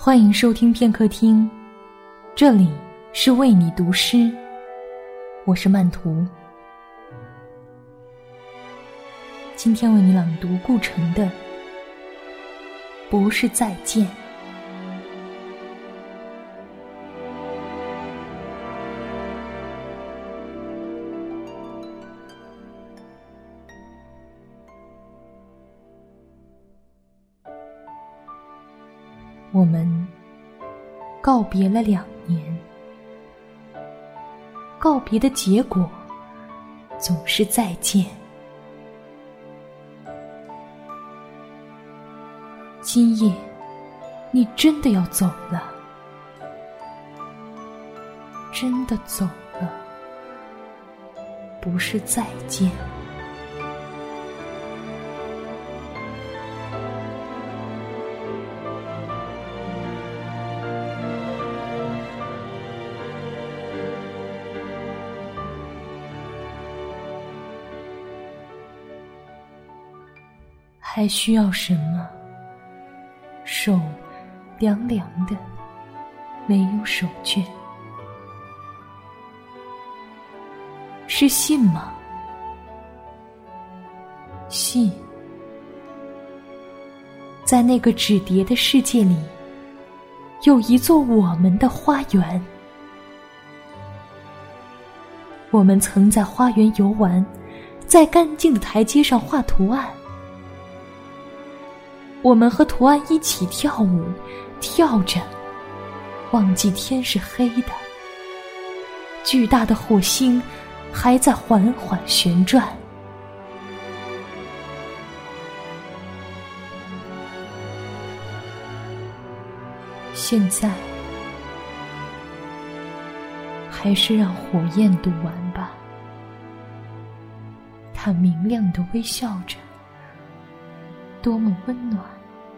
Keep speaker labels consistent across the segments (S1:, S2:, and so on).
S1: 欢迎收听片刻听，这里是为你读诗，我是曼图。今天为你朗读顾城的《不是再见》。我们告别了2年，告别的结果总是再见。今夜你真的要走了，真的走了，不是再见。还需要什么？手凉凉的，没有手绢。是信吗？信。在那个纸叠的世界里，有一座我们的花园。我们曾在花园游玩，在干净的台阶上画图案。我们和图案一起跳舞，跳着，忘记天是黑的。巨大的火星还在缓缓旋转。现在，还是让火焰读完吧。它明亮地微笑着，多么温暖。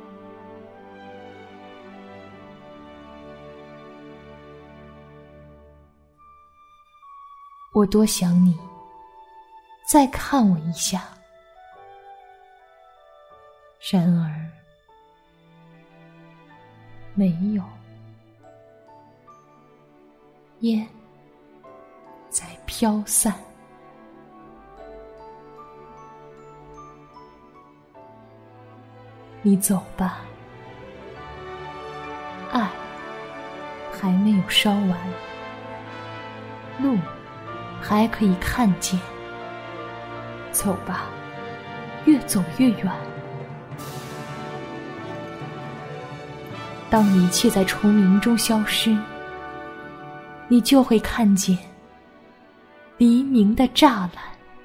S1: 我多想你再看我一下，然而没有。烟在飘散。你走吧，爱还没有烧完，路还可以看见。走吧，越走越远。当一切在虫鸣中消失，你就会看见黎明的栅栏。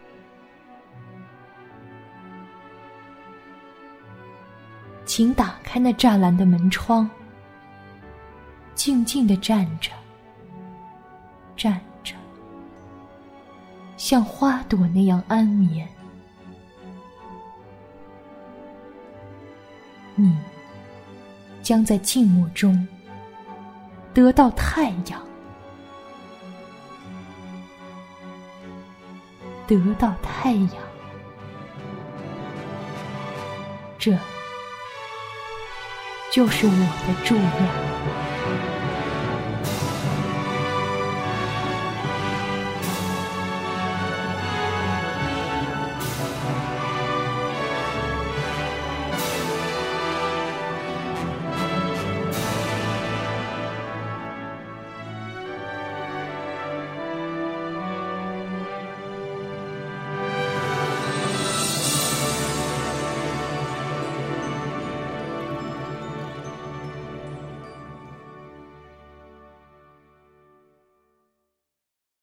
S1: 请打开那栅栏的门窗，静静地站着，站着，像花朵那样安眠。你将在静默中得到太阳，得到太阳。这就是我的祝愿。